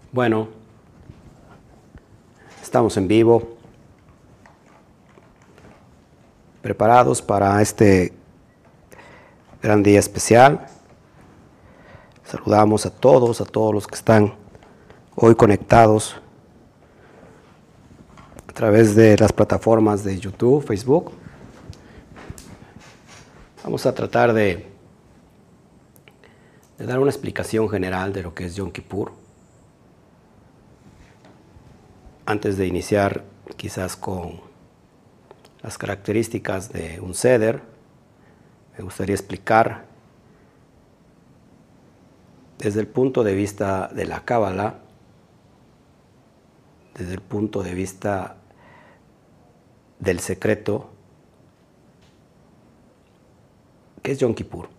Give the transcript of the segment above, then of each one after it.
Bueno, estamos en vivo, preparados para este gran día especial. Saludamos a todos los que están hoy conectados a través de las plataformas de YouTube, Facebook. Vamos a tratar de dar una explicación general de lo que es Yom Kippur. Antes de iniciar quizás con las características de un Seder, me gustaría explicar desde el punto de vista de la Cábala, desde el punto de vista del secreto, qué es Yom Kippur.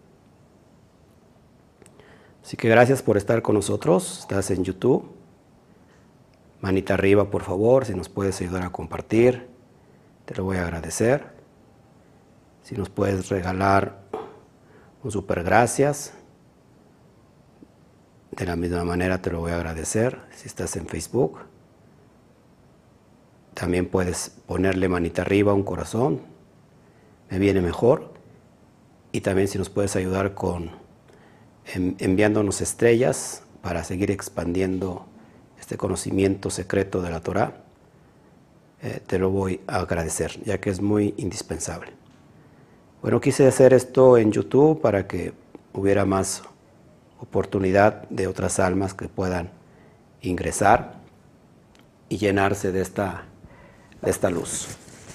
Así que gracias por estar con nosotros. Estás en YouTube. Manita arriba, por favor, si nos puedes ayudar a compartir, te lo voy a agradecer. Si nos puedes regalar un super gracias, de la misma manera te lo voy a agradecer. Si estás en Facebook, también puedes ponerle manita arriba, un corazón, me viene mejor. Y también si nos puedes ayudar con enviándonos estrellas para seguir expandiendo este conocimiento secreto de la Torá, te lo voy a agradecer, ya que es muy indispensable. Bueno, quise hacer esto en YouTube para que hubiera más oportunidad de otras almas que puedan ingresar y llenarse de esta luz.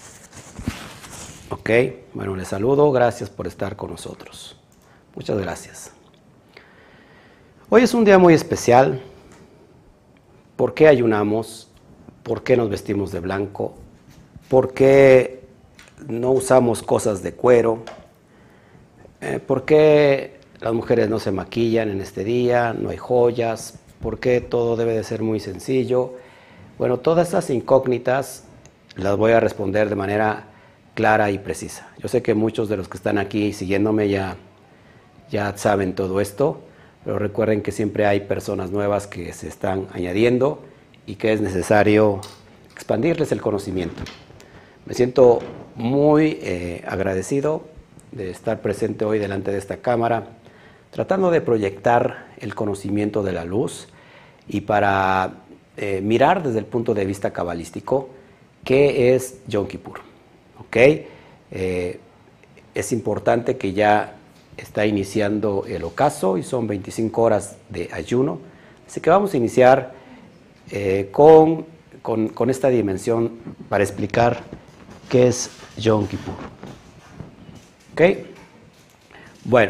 Ok, bueno, les saludo, gracias por estar con nosotros. Muchas gracias. Hoy es un día muy especial. ¿Por qué ayunamos? ¿Por qué nos vestimos de blanco? ¿Por qué no usamos cosas de cuero? ¿Por qué las mujeres no se maquillan en este día? No hay joyas. ¿Por qué todo debe de ser muy sencillo? Bueno, todas estas incógnitas las voy a responder de manera clara y precisa. Yo sé que muchos de los que están aquí siguiéndome ya saben todo esto, pero recuerden que siempre hay personas nuevas que se están añadiendo y que es necesario expandirles el conocimiento. Me siento muy agradecido de estar presente hoy delante de esta cámara, tratando de proyectar el conocimiento de la luz y para mirar desde el punto de vista cabalístico qué es Yom Kippur. ¿Okay? Es importante que ya está iniciando el ocaso y son 25 horas de ayuno. Así que vamos a iniciar con esta dimensión para explicar qué es Yom Kippur. ¿Ok? Bueno,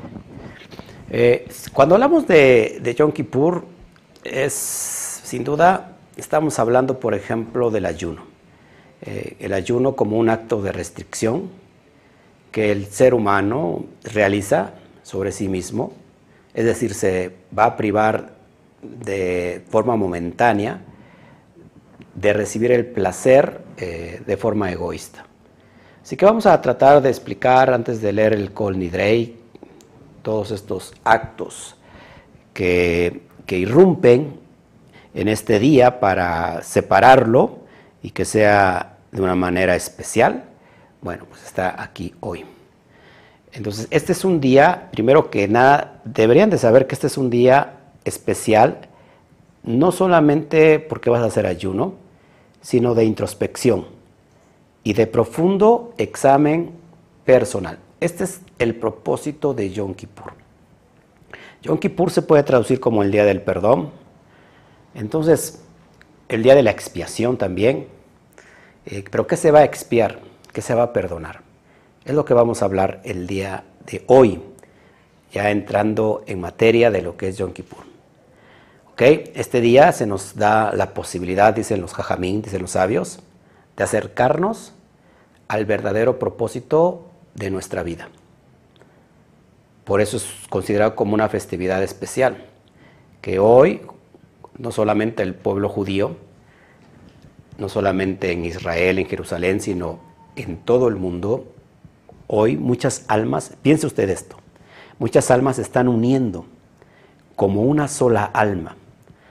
cuando hablamos de Yom Kippur, sin duda, estamos hablando, por ejemplo, del ayuno. El ayuno como un acto de restricción que el ser humano realiza sobre sí mismo, es decir, se va a privar de forma momentánea de recibir el placer de forma egoísta. Así que vamos a tratar de explicar, antes de leer el Kol Nidrei, todos estos actos que irrumpen en este día para separarlo y que sea de una manera especial. Bueno, pues está aquí hoy. Entonces, este es un día, primero que nada, deberían de saber que este es un día especial, no solamente porque vas a hacer ayuno, sino de introspección y de profundo examen personal. Este es el propósito de Yom Kippur. Yom Kippur se puede traducir como el día del perdón, entonces el día de la expiación también. Pero ¿qué se va a expiar? ¿Qué se va a perdonar? Es lo que vamos a hablar el día de hoy, ya entrando en materia de lo que es Yom Kippur. ¿Okay? Este día se nos da la posibilidad, dicen los jajamín, dicen los sabios, de acercarnos al verdadero propósito de nuestra vida. Por eso es considerado como una festividad especial, que hoy no solamente el pueblo judío, no solamente en Israel, en Jerusalén, sino en todo el mundo, hoy muchas almas, piense usted esto, muchas almas se están uniendo como una sola alma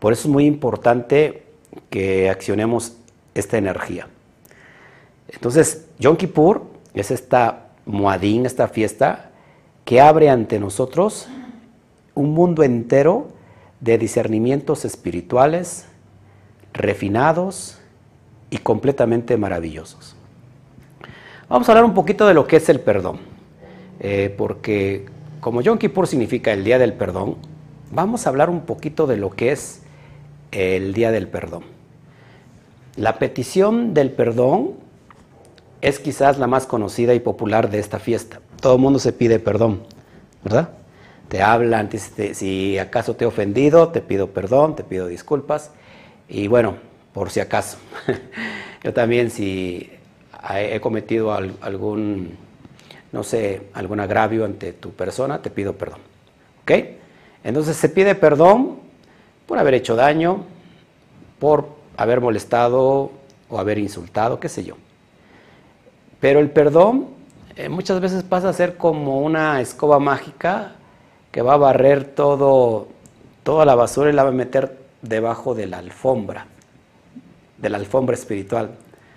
Por eso es muy importante que accionemos esta energía. Entonces, Yom Kippur es esta Moadín, esta fiesta que abre ante nosotros un mundo entero de discernimientos espirituales, refinados y completamente maravillosos. Vamos a hablar un poquito de lo que es el perdón, porque como Yom Kippur significa el Día del Perdón, vamos a hablar un poquito de lo que es el Día del Perdón. La petición del perdón es quizás la más conocida y popular de esta fiesta. Todo el mundo se pide perdón, ¿verdad? Te hablan, si acaso te he ofendido, te pido perdón, te pido disculpas. Y bueno, por si acaso, yo también si he cometido algún, no sé, algún agravio ante tu persona, te pido perdón. ¿Ok? Entonces se pide perdón por haber hecho daño, por haber molestado o haber insultado, qué sé yo. Pero el perdón muchas veces pasa a ser como una escoba mágica que va a barrer toda la basura y la va a meter debajo de la alfombra espiritual.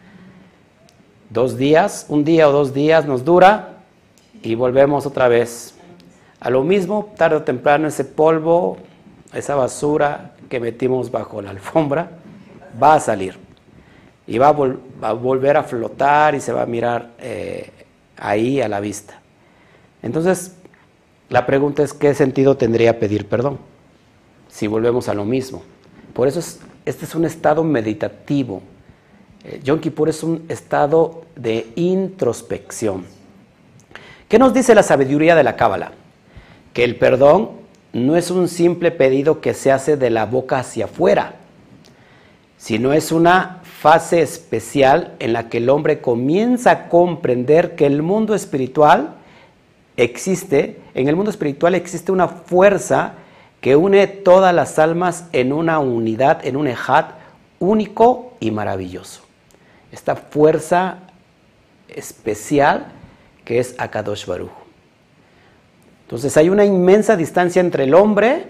2 días, 1 día o 2 días nos dura y volvemos otra vez a lo mismo. Tarde o temprano ese polvo, esa basura que metimos bajo la alfombra va a salir y va a volver a flotar y se va a mirar ahí a la vista. Entonces, la pregunta es, ¿qué sentido tendría pedir perdón si volvemos a lo mismo? Por eso este es un estado meditativo. Yom Kippur es un estado de introspección. ¿Qué nos dice la sabiduría de la Cábala? Que el perdón no es un simple pedido que se hace de la boca hacia afuera, sino es una fase especial en la que el hombre comienza a comprender que el mundo espiritual existe, en el mundo espiritual existe una fuerza que une todas las almas en una unidad, en un ejad único y maravilloso. Esta fuerza especial que es Akadosh Baruj. Entonces hay una inmensa distancia entre el hombre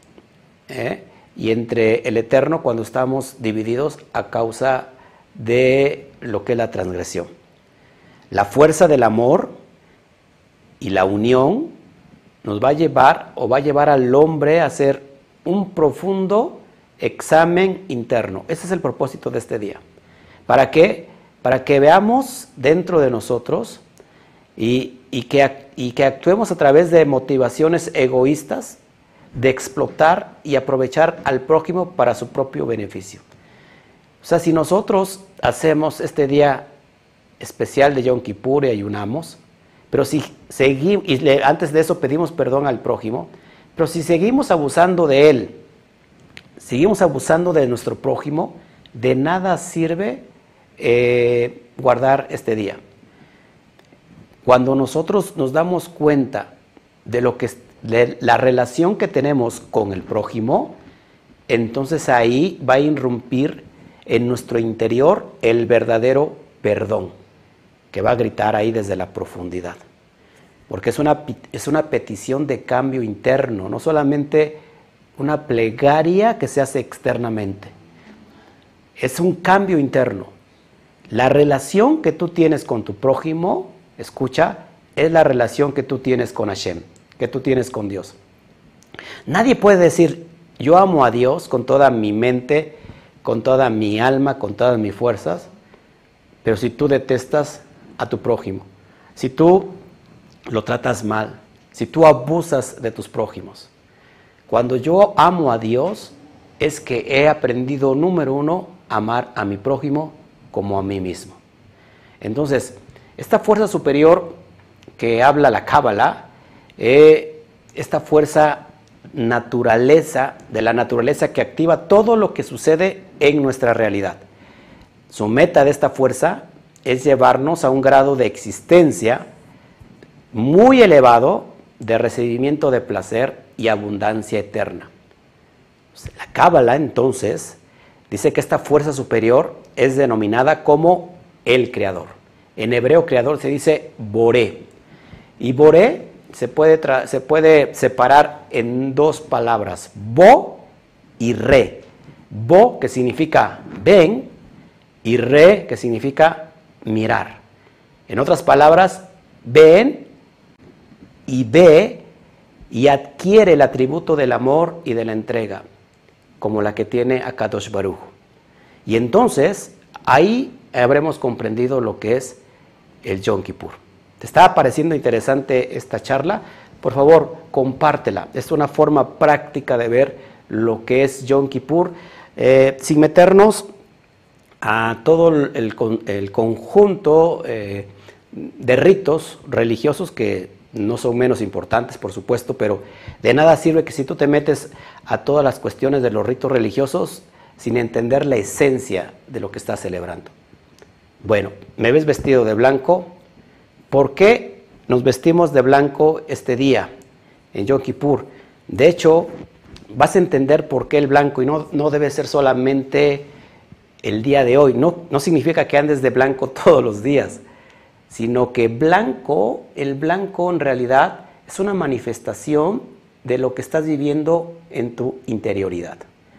y entre el Eterno cuando estamos divididos a causa de lo que es la transgresión. La fuerza del amor y la unión nos va a llevar al hombre a hacer un profundo examen interno. Ese es el propósito de este día. ¿Para qué? Para que veamos dentro de nosotros y que actuemos a través de motivaciones egoístas de explotar y aprovechar al prójimo para su propio beneficio. O sea, si nosotros hacemos este día especial de Yom Kippur y ayunamos, pero si seguimos, y antes de eso pedimos perdón al prójimo, pero si seguimos abusando de él, seguimos abusando de nuestro prójimo, de nada sirve guardar este día. Cuando nosotros nos damos cuenta de la relación que tenemos con el prójimo, entonces ahí va a irrumpir en nuestro interior el verdadero perdón, que va a gritar ahí desde la profundidad. Porque es una petición de cambio interno, no solamente una plegaria que se hace externamente. Es un cambio interno. La relación que tú tienes con tu prójimo, escucha, es la relación que tú tienes con Hashem, que tú tienes con Dios. Nadie puede decir, yo amo a Dios con toda mi mente, con toda mi alma, con todas mis fuerzas, pero si tú detestas a tu prójimo, si tú lo tratas mal, si tú abusas de tus prójimos. Cuando yo amo a Dios, es que he aprendido, número 1, a amar a mi prójimo como a mí mismo. Entonces, esta fuerza superior que habla la Cábala, esta fuerza de la naturaleza que activa todo lo que sucede en nuestra realidad. Su meta de esta fuerza es llevarnos a un grado de existencia muy elevado de recibimiento de placer y abundancia eterna. La Cábala, entonces, dice que esta fuerza superior es denominada como el Creador. En hebreo, Creador se dice Boré. Y Boré se puede separar en 2 palabras, Bo y Re. Bo, que significa ven, y re, que significa mirar. En otras palabras, ven y ve y adquiere el atributo del amor y de la entrega, como la que tiene Akadosh Baruj. Y entonces, ahí habremos comprendido lo que es el Yom Kippur. ¿Te está pareciendo interesante esta charla? Por favor, compártela. Es una forma práctica de ver lo que es Yom Kippur, sin meternos a todo el conjunto de ritos religiosos que no son menos importantes, por supuesto, pero de nada sirve que si tú te metes a todas las cuestiones de los ritos religiosos sin entender la esencia de lo que estás celebrando. Bueno, me ves vestido de blanco. ¿Por qué nos vestimos de blanco este día, en Yom Kippur? De hecho, vas a entender por qué el blanco, y no debe ser solamente el día de hoy. No significa que andes de blanco todos los días, sino que el blanco en realidad es una manifestación de lo que estás viviendo en tu interioridad.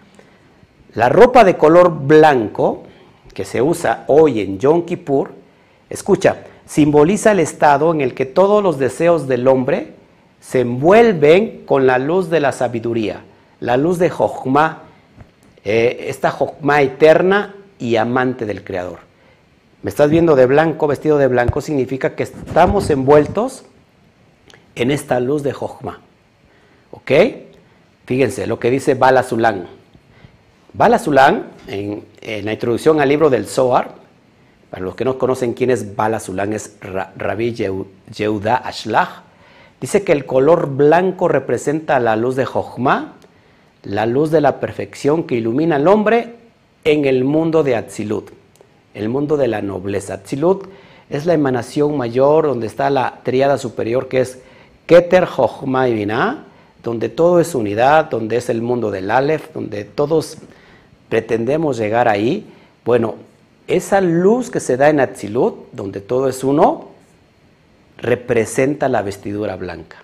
La ropa de color blanco que se usa hoy en Yom Kippur, escucha, simboliza el estado en el que todos los deseos del hombre se envuelven con la luz de la sabiduría, la luz de Jochma, esta Jochma eterna y amante del Creador. Me estás viendo de blanco, vestido de blanco, significa que estamos envueltos en esta luz de Jochma. ¿Ok? Fíjense lo que dice Bala Sulam. Bala Sulam, en la introducción al libro del Zohar, para los que no conocen quién es Bala Sulam, es Rabbi Yehuda Ashlach, dice que el color blanco representa la luz de Jochma, la luz de la perfección que ilumina al hombre en el mundo de Atzilut, el mundo de la nobleza. Atzilut es la emanación mayor donde está la tríada superior que es Keter, Jochma y Binah, donde todo es unidad, donde es el mundo del Aleph, donde todos pretendemos llegar ahí. Bueno, esa luz que se da en Atzilut, donde todo es uno, representa la vestidura blanca,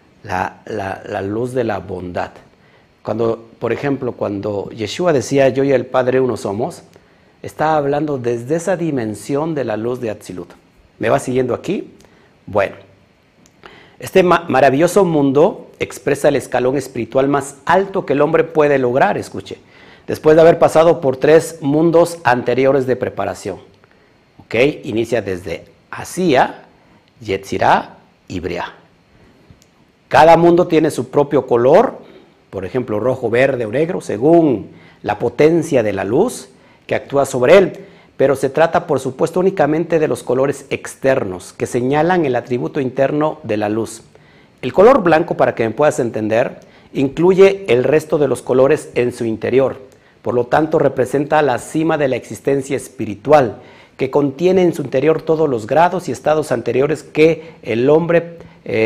la luz de la bondad. Por ejemplo, cuando Yeshua decía, yo y el Padre uno somos, estaba hablando desde esa dimensión de la luz de Atzilut. ¿Me va siguiendo aquí? Bueno, este maravilloso mundo expresa el escalón espiritual más alto que el hombre puede lograr, escuche, después de haber pasado por 3 mundos anteriores de preparación. ¿Ok? Inicia desde Asía, Yetzirah y Briah. Cada mundo tiene su propio color, por ejemplo, rojo, verde o negro, según la potencia de la luz que actúa sobre él, pero se trata, por supuesto, únicamente de los colores externos, que señalan el atributo interno de la luz. El color blanco, para que me puedas entender, incluye el resto de los colores en su interior, por lo tanto representa la cima de la existencia espiritual, que contiene en su interior todos los grados y estados anteriores que el hombre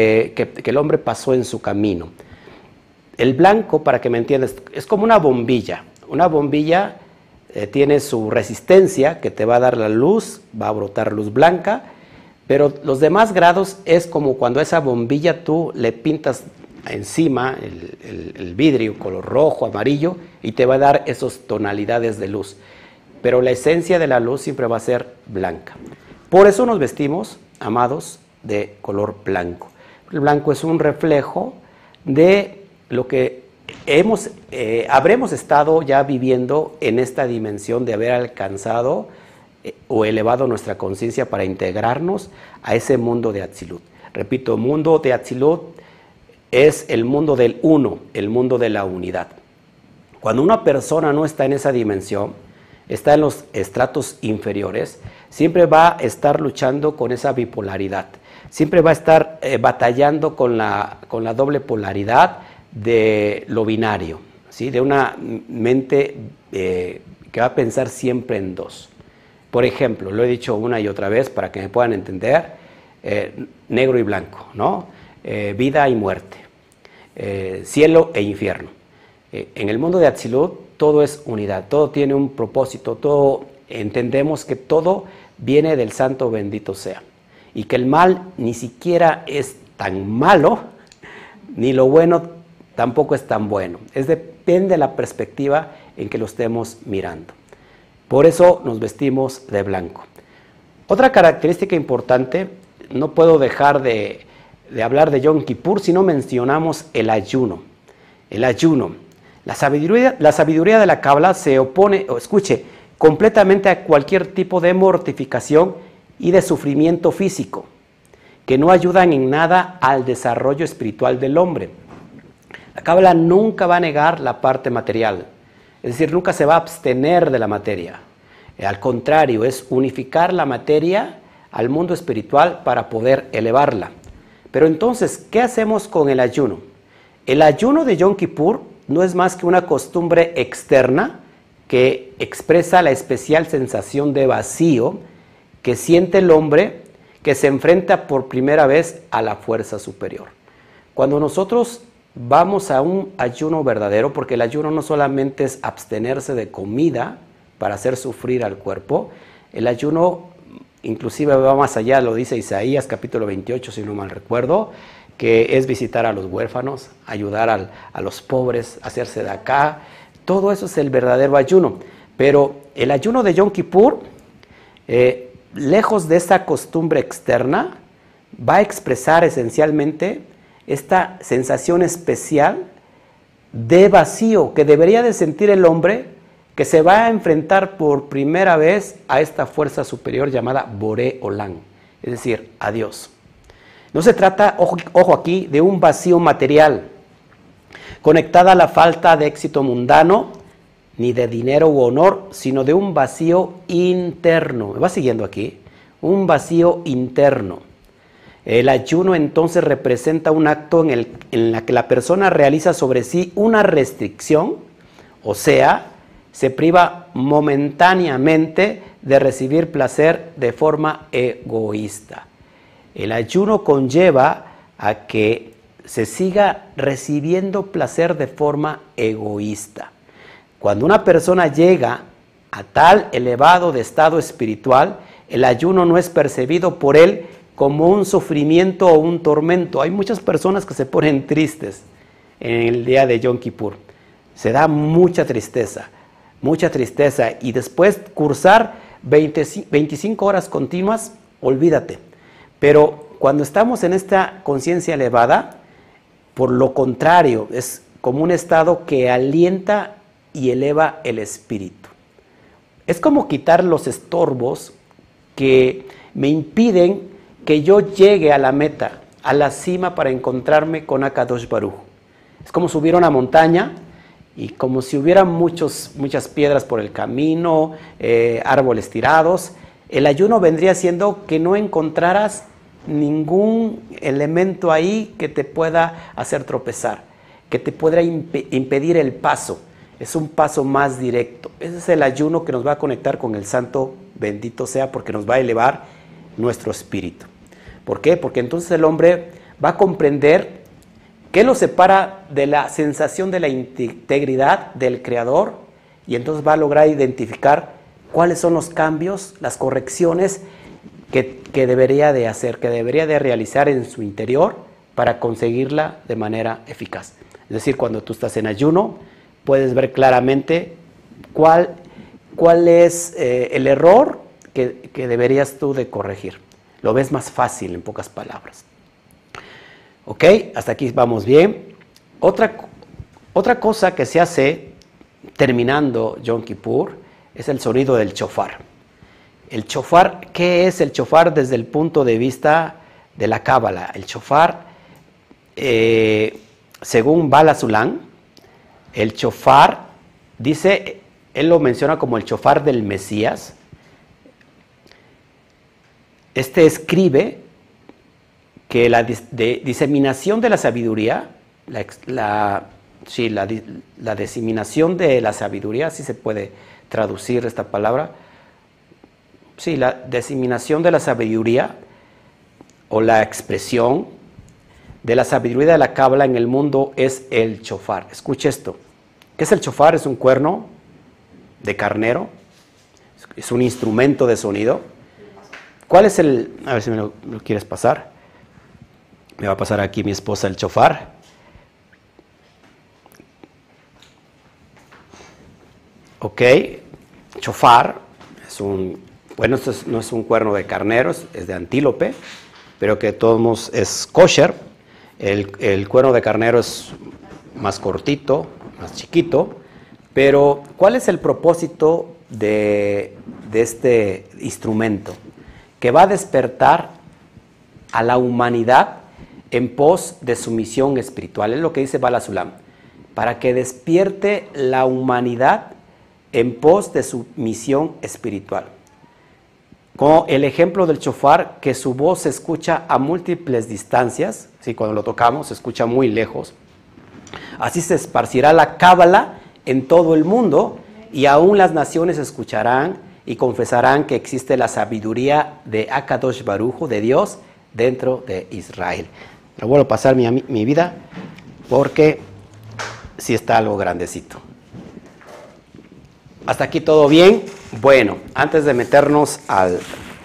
pasó en su camino. El blanco, para que me entiendas, es como una bombilla. Una bombilla tiene su resistencia, que te va a dar la luz, va a brotar luz blanca, pero los demás grados es como cuando a esa bombilla tú le pintas encima el vidrio color rojo, amarillo, y te va a dar esas tonalidades de luz. Pero la esencia de la luz siempre va a ser blanca. Por eso nos vestimos, amados, de color blanco. El blanco es un reflejo de lo que habremos estado ya viviendo en esta dimensión de haber alcanzado o elevado nuestra conciencia para integrarnos a ese mundo de Atzilut. Repito, el mundo de Atzilut es el mundo del uno, el mundo de la unidad. Cuando una persona no está en esa dimensión, está en los estratos inferiores, siempre va a estar luchando con esa bipolaridad, siempre va a estar batallando con la doble polaridad de lo binario, ¿sí? De una mente que va a pensar siempre en dos. Por ejemplo, lo he dicho una y otra vez para que me puedan entender, negro y blanco, ¿no? Vida y muerte, cielo e infierno. En el mundo de Atzilut todo es unidad, todo tiene un propósito, todo entendemos que todo viene del santo bendito sea, y que el mal ni siquiera es tan malo, ni lo bueno tampoco es tan bueno. Depende de la perspectiva en que lo estemos mirando. Por eso nos vestimos de blanco. Otra característica importante, no puedo dejar de hablar de Yom Kippur si no mencionamos el ayuno. El ayuno. La sabiduría de la Cábala se opone, escuche, completamente a cualquier tipo de mortificación y de sufrimiento físico, que no ayudan en nada al desarrollo espiritual del hombre. La Cábala nunca va a negar la parte material, es decir, nunca se va a abstener de la materia. Al contrario, es unificar la materia al mundo espiritual para poder elevarla. Pero entonces, ¿qué hacemos con el ayuno? El ayuno de Yom Kippur no es más que una costumbre externa que expresa la especial sensación de vacío que siente el hombre que se enfrenta por primera vez a la fuerza superior. Cuando nosotros vamos a un ayuno verdadero, porque el ayuno no solamente es abstenerse de comida para hacer sufrir al cuerpo, el ayuno inclusive va más allá, lo dice Isaías capítulo 28, si no mal recuerdo, que es visitar a los huérfanos, ayudar a los pobres, hacerse de acá. Todo eso es el verdadero ayuno. Pero el ayuno de Yom Kippur, lejos de esta costumbre externa, va a expresar esencialmente esta sensación especial de vacío que debería de sentir el hombre que se va a enfrentar por primera vez a esta fuerza superior llamada Boré Olam, es decir, a Dios. No se trata, ojo aquí, de un vacío material, conectada a la falta de éxito mundano, ni de dinero u honor, sino de un vacío interno. ¿Me va siguiendo aquí? Un vacío interno. El ayuno entonces representa un acto en la que la persona realiza sobre sí una restricción, o sea, se priva momentáneamente de recibir placer de forma egoísta. El ayuno conlleva a que se siga recibiendo placer de forma egoísta. Cuando una persona llega a tal elevado de estado espiritual, el ayuno no es percibido por él como un sufrimiento o un tormento. Hay muchas personas que se ponen tristes en el día de Yom Kippur. Se da mucha tristeza, y después cursar 25 horas continuas, olvídate. Pero cuando estamos en esta conciencia elevada, por lo contrario, es como un estado que alienta y eleva el espíritu. Es como quitar los estorbos que me impiden que yo llegue a la meta, a la cima para encontrarme con Akadosh Baruj. Es como subir a una montaña y como si hubiera muchas piedras por el camino, árboles tirados. El ayuno vendría siendo que no encontraras ningún elemento ahí que te pueda hacer tropezar, que te pueda impedir el paso. Es un paso más directo. Ese es el ayuno que nos va a conectar con el Santo, bendito sea, porque nos va a elevar nuestro espíritu. ¿Por qué? Porque entonces el hombre va a comprender qué lo separa de la sensación de la integridad del Creador, y entonces va a lograr identificar cuáles son los cambios, las correcciones que debería de hacer, que debería de realizar en su interior para conseguirla de manera eficaz. Es decir, cuando tú estás en ayuno, puedes ver claramente cuál es el error que deberías tú de corregir. Lo ves más fácil, en pocas palabras. Ok, hasta aquí vamos bien. Otra cosa que se hace terminando Yom Kippur es el sonido del shofar. El shofar, ¿qué es el shofar desde el punto de vista de la Cábala? El shofar, según Bala Sulam, el shofar, dice, él lo menciona como el shofar del Mesías. Este escribe que la diseminación de la sabiduría, la diseminación de la sabiduría, así se puede traducir esta palabra. Sí, la diseminación de la sabiduría o la expresión de la sabiduría de la Cábala en el mundo es el shofar. Escuche esto. ¿Qué es el shofar? Es un cuerno de carnero, es un instrumento de sonido. ¿Cuál es el...? A ver si me lo quieres pasar. Me va a pasar aquí mi esposa el shofar. Ok, shofar bueno, esto no es un cuerno de carnero, es de antílope, pero que de todos modos es kosher. El cuerno de carnero es más cortito, más chiquito, pero ¿cuál es el propósito de este instrumento? Que va a despertar a la humanidad en pos de su misión espiritual. Es lo que dice Bala Sulam. Para que despierte la humanidad en pos de su misión espiritual. Como el ejemplo del shofar, que su voz se escucha a múltiples distancias, ¿sí? Cuando lo tocamos se escucha muy lejos. Así se esparcirá la cábala en todo el mundo y aún las naciones escucharán y confesarán que existe la sabiduría de Akadosh Baruj, de Dios, dentro de Israel. No vuelvo a pasar mi vida porque sí está algo grandecito. ¿Hasta aquí todo bien? Bueno, antes de meternos al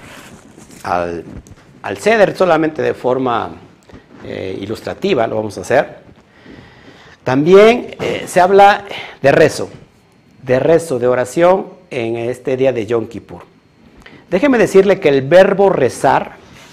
Seder, solamente de forma ilustrativa lo vamos a hacer. También se habla de rezo, de oración en este día de Yom Kippur. Déjeme decirle que el verbo rezar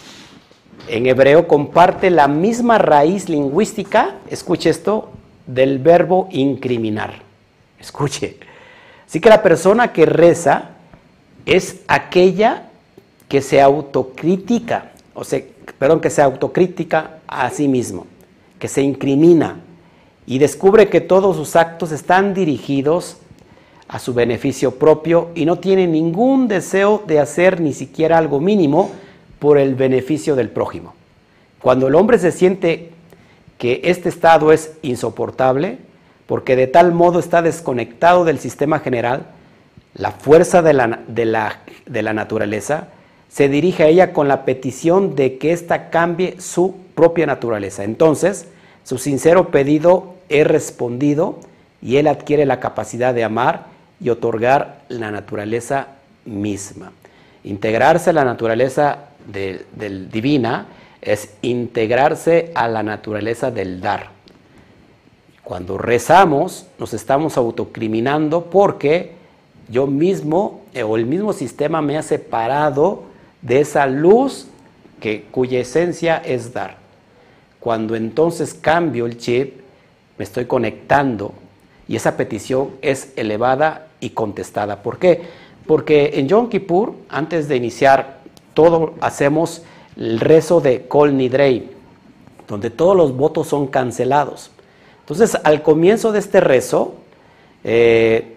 en hebreo comparte la misma raíz lingüística, escuche esto, del verbo incriminar. Escuche. Así que la persona que reza es aquella que se autocritica, que se autocritica a sí mismo, que se incrimina y descubre que todos sus actos están dirigidos a su beneficio propio y no tiene ningún deseo de hacer ni siquiera algo mínimo por el beneficio del prójimo. Cuando el hombre se siente que este estado es insoportable, porque de tal modo está desconectado del sistema general, la fuerza de la naturaleza se dirige a ella con la petición de que ésta cambie su propia naturaleza. Entonces, su sincero pedido es respondido y él adquiere la capacidad de amar y otorgar la naturaleza misma. Integrarse a la naturaleza del divina es integrarse a la naturaleza del dar. Cuando rezamos, nos estamos autocriminando porque yo mismo o el mismo sistema me ha separado de esa luz cuya esencia es dar. Cuando entonces cambio el chip, me estoy conectando y esa petición es elevada y contestada. ¿Por qué? Porque en Yom Kippur, antes de iniciar todo, hacemos el rezo de Kol Nidrei, donde todos los votos son cancelados. Entonces, al comienzo de este rezo, que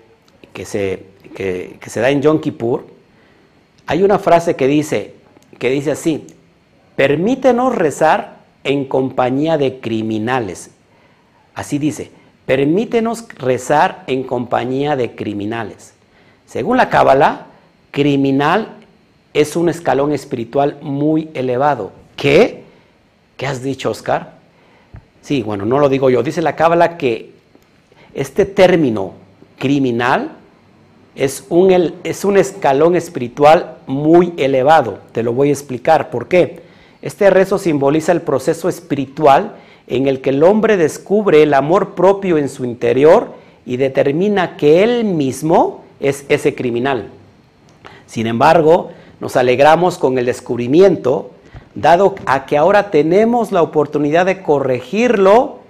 se da en Yom Kippur, hay una frase que dice así: permítenos rezar en compañía de criminales. Así dice, permítenos rezar en compañía de criminales. Según la Cábala, criminal es un escalón espiritual muy elevado. ¿Qué? ¿Qué has dicho, Oscar? Sí, bueno, no lo digo yo. Dice la Cábala que este término criminal es un escalón espiritual muy elevado. Te lo voy a explicar. ¿Por qué? Este rezo simboliza el proceso espiritual en el que el hombre descubre el amor propio en su interior y determina que él mismo es ese criminal. Sin embargo, nos alegramos con el descubrimiento, dado a que ahora tenemos la oportunidad de corregirlo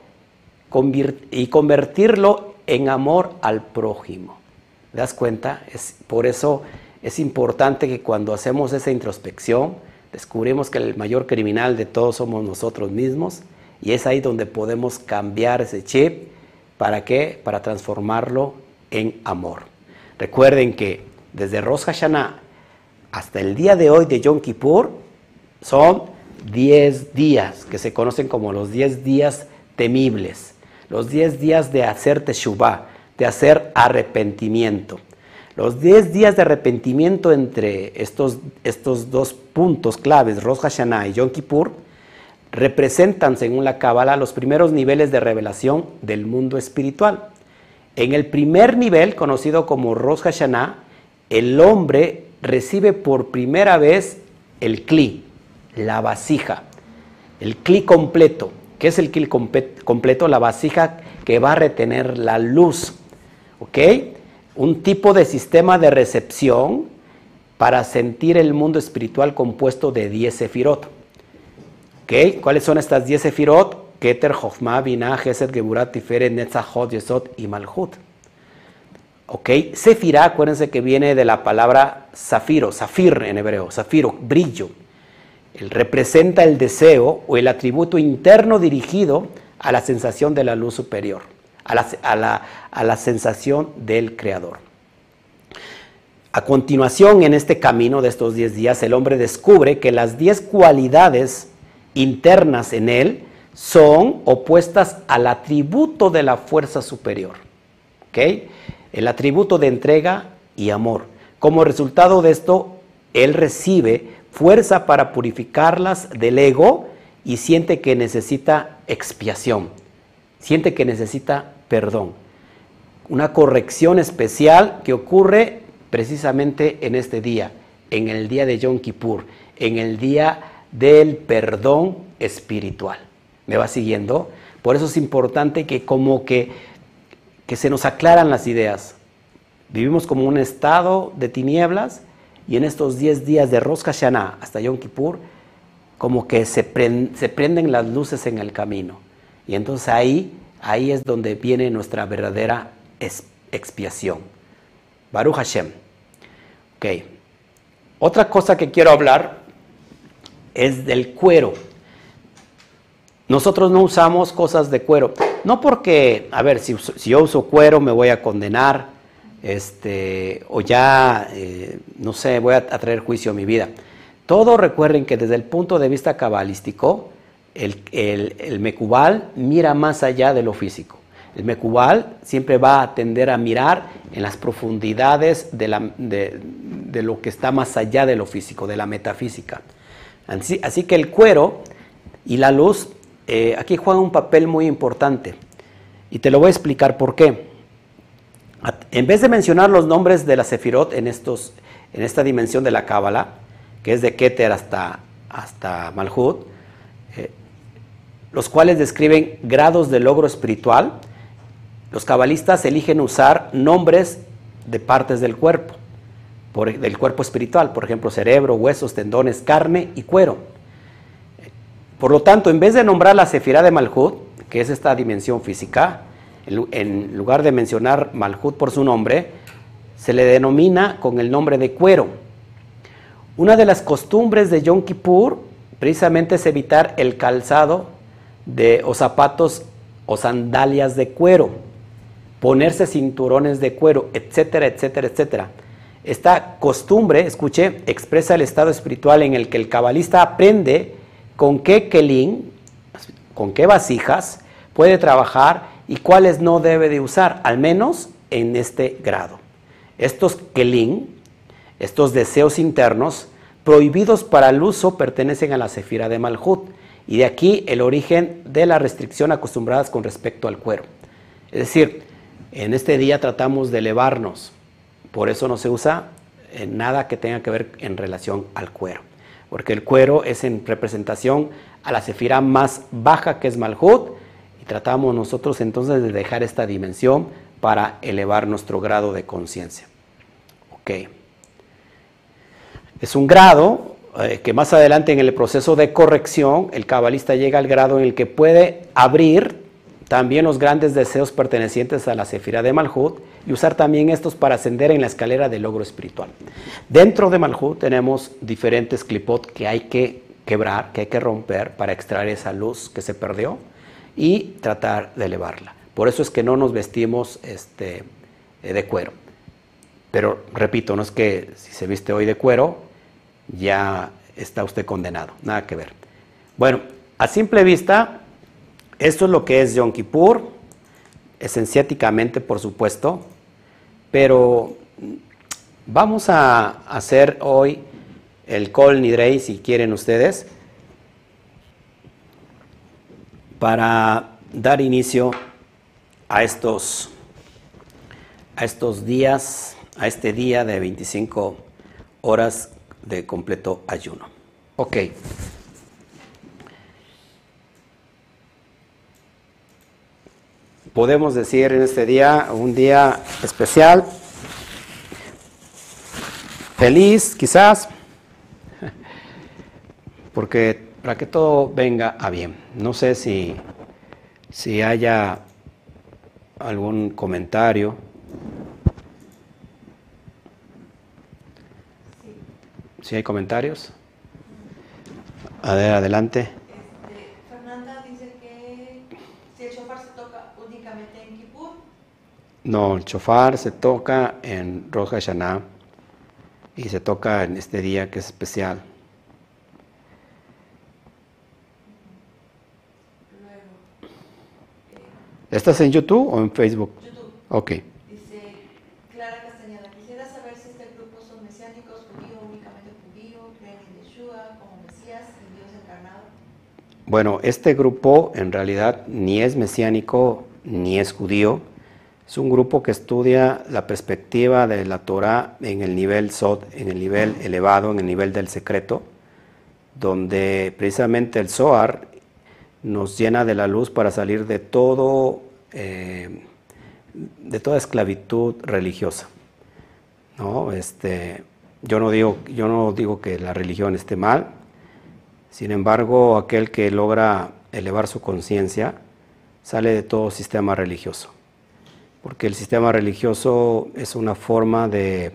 y convertirlo en amor al prójimo. ¿Te das cuenta? Por eso es importante que cuando hacemos esa introspección, descubrimos que el mayor criminal de todos somos nosotros mismos, y es ahí donde podemos cambiar ese chip. ¿Para qué? Para transformarlo en amor. Recuerden que desde Rosh Hashanah hasta el día de hoy de Yom Kippur son 10 días que se conocen como los 10 días temibles, los 10 días de hacer teshuvah, de hacer arrepentimiento. Los 10 días de arrepentimiento entre estos dos puntos claves, Rosh Hashanah y Yom Kippur, representan, según la Cábala, los primeros niveles de revelación del mundo espiritual. En el primer nivel, conocido como Rosh Hashanah, el hombre recibe por primera vez el kli, la vasija, el kli completo. ¿Qué es el kli completo? La vasija que va a retener la luz, ¿ok? un tipo de sistema de recepción para sentir el mundo espiritual compuesto de 10 sefirot. ¿Okay? ¿Cuáles son estas 10 sefirot? Keter, Jochma, Binah, Gesed, Geburah, Tiferet, Netzach, Hod, Yesod y Malhut. ¿Ok? Sefirá, acuérdense que viene de la palabra zafiro, zafir en hebreo, zafiro, brillo. Él representa el deseo o el atributo interno dirigido a la sensación de la luz superior, a la sensación del Creador. A continuación, en este camino de estos 10 días, el hombre descubre que las 10 cualidades internas en él son opuestas al atributo de la fuerza superior. ¿Ok? El atributo de entrega y amor. Como resultado de esto, él recibe fuerza para purificarlas del ego y siente que necesita expiación, siente que necesita perdón. Una corrección especial que ocurre precisamente en este día, en el día de Yom Kippur, en el día del perdón espiritual. ¿Me va siguiendo? Por eso es importante que que se nos aclaran las ideas. Vivimos como un estado de tinieblas y en estos 10 días de Rosh Hashanah hasta Yom Kippur, como que se prenden las luces en el camino. Y entonces ahí es donde viene nuestra verdadera expiación. Baruch Hashem. Ok. Otra cosa que quiero hablar es del cuero. Nosotros no usamos cosas de cuero. No porque, a ver, si yo uso cuero me voy a condenar, o ya, no sé, voy a traer juicio a mi vida. Todo recuerden que desde el punto de vista cabalístico, el Mecubal mira más allá de lo físico. El Mecubal siempre va a tender a mirar en las profundidades de lo que está más allá de lo físico, de la metafísica. Así que el cuero y la luz aquí juegan un papel muy importante. Y te lo voy a explicar por qué. En vez de mencionar los nombres de la Sefirot en esta dimensión de la Cábala, que es de Keter hasta Malhut, los cuales describen grados de logro espiritual, los cabalistas eligen usar nombres de partes del cuerpo espiritual, por ejemplo, cerebro, huesos, tendones, carne y cuero. Por lo tanto, en vez de nombrar la Sefirá de Malhut, que es esta dimensión física, en lugar de mencionar Malhut por su nombre, se le denomina con el nombre de cuero. Una de las costumbres de Yom Kippur precisamente es evitar el calzado o zapatos o sandalias de cuero, ponerse cinturones de cuero, etcétera, etcétera, etcétera. Esta costumbre, escuche, expresa el estado espiritual en el que el cabalista aprende con qué kelim, con qué vasijas puede trabajar y cuáles no debe de usar, al menos en este grado. Estos kelim, estos deseos internos prohibidos para el uso, pertenecen a la Sefirá de Malhut, y de aquí el origen de la restricción acostumbradas con respecto al cuero. Es decir, en este día tratamos de elevarnos, por eso no se usa nada que tenga que ver en relación al cuero, porque el cuero es en representación a la Sefirá más baja, que es Malhut, y tratamos nosotros entonces de dejar esta dimensión para elevar nuestro grado de conciencia. Ok. Es un grado que más adelante en el proceso de corrección, el cabalista llega al grado en el que puede abrir también los grandes deseos pertenecientes a la Sefirá de Malhut y usar también estos para ascender en la escalera del logro espiritual. Dentro de Malhut tenemos diferentes clipot que hay que quebrar, que hay que romper para extraer esa luz que se perdió y tratar de elevarla. Por eso es que no nos vestimos de cuero. Pero repito, no es que si se viste hoy de cuero ya está usted condenado, nada que ver. Bueno, a simple vista, esto es lo que es Yom Kippur, esenciáticamente, por supuesto, pero vamos a hacer hoy el Kol Nidrei, si quieren ustedes, para dar inicio a estos días, a este día de 25 horas de completo ayuno. Ok. Podemos decir en este día, un día especial, feliz quizás, porque para que todo venga a bien. No sé si haya algún comentario. ¿Sí hay comentarios? A ver, adelante. Fernanda dice que si el shofar se toca únicamente en Kippur. No, el shofar se toca en Rosh Hashanah y se toca en este día que es especial. Luego, ¿Estás en YouTube o en Facebook? YouTube. Ok. Dice Clara Castañeda, quisiera saber si este grupo son mesiánicos, judío, únicamente judío, creen en Yeshua como Mesías y Dios encarnado. Bueno, este grupo en realidad ni es mesiánico ni es judío. Es un grupo que estudia la perspectiva de la Torah en el nivel Sod, en el nivel elevado, en el nivel del secreto, donde precisamente el Zohar nos llena de la luz para salir de todo, de toda esclavitud religiosa, ¿no? Yo no digo que la religión esté mal. Sin embargo, aquel que logra elevar su conciencia sale de todo sistema religioso, porque el sistema religioso es una forma de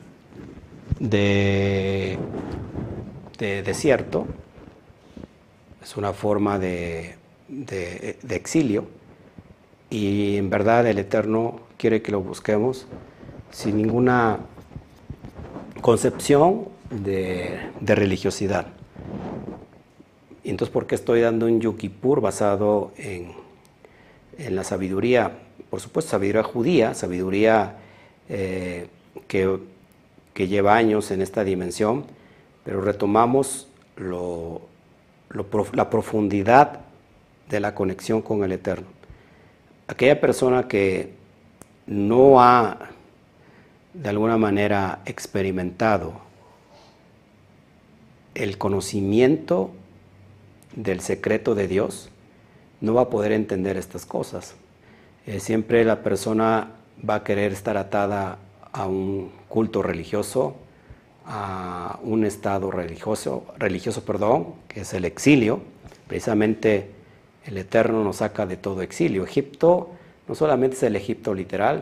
desierto, es una forma de exilio, y en verdad el Eterno quiere que lo busquemos sin ninguna concepción de religiosidad. Y entonces, ¿por qué estoy dando un Yom Kippur basado en la sabiduría? Por supuesto, sabiduría judía, sabiduría que lleva años en esta dimensión, pero retomamos la profundidad de la conexión con el Eterno. Aquella persona que no ha, de alguna manera, experimentado el conocimiento del secreto de Dios, no va a poder entender estas cosas. Siempre la persona va a querer estar atada a un culto religioso, a un estado religioso, que es el exilio. Precisamente el Eterno nos saca de todo exilio. Egipto no solamente es el Egipto literal,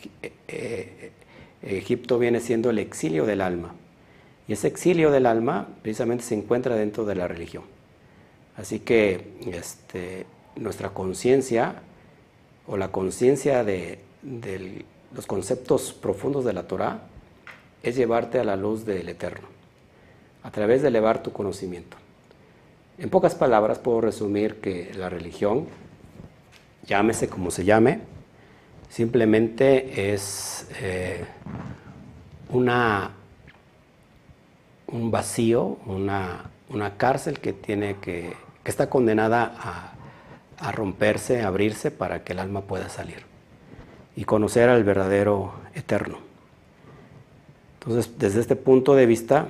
Egipto viene siendo el exilio del alma. Y ese exilio del alma precisamente se encuentra dentro de la religión. Así que nuestra conciencia o la conciencia de los conceptos profundos de la Torah es llevarte a la luz del Eterno, a través de elevar tu conocimiento. En pocas palabras puedo resumir que la religión, llámese como se llame, simplemente es un vacío, una cárcel que está condenada a romperse, a abrirse para que el alma pueda salir y conocer al verdadero Eterno. Entonces, desde este punto de vista,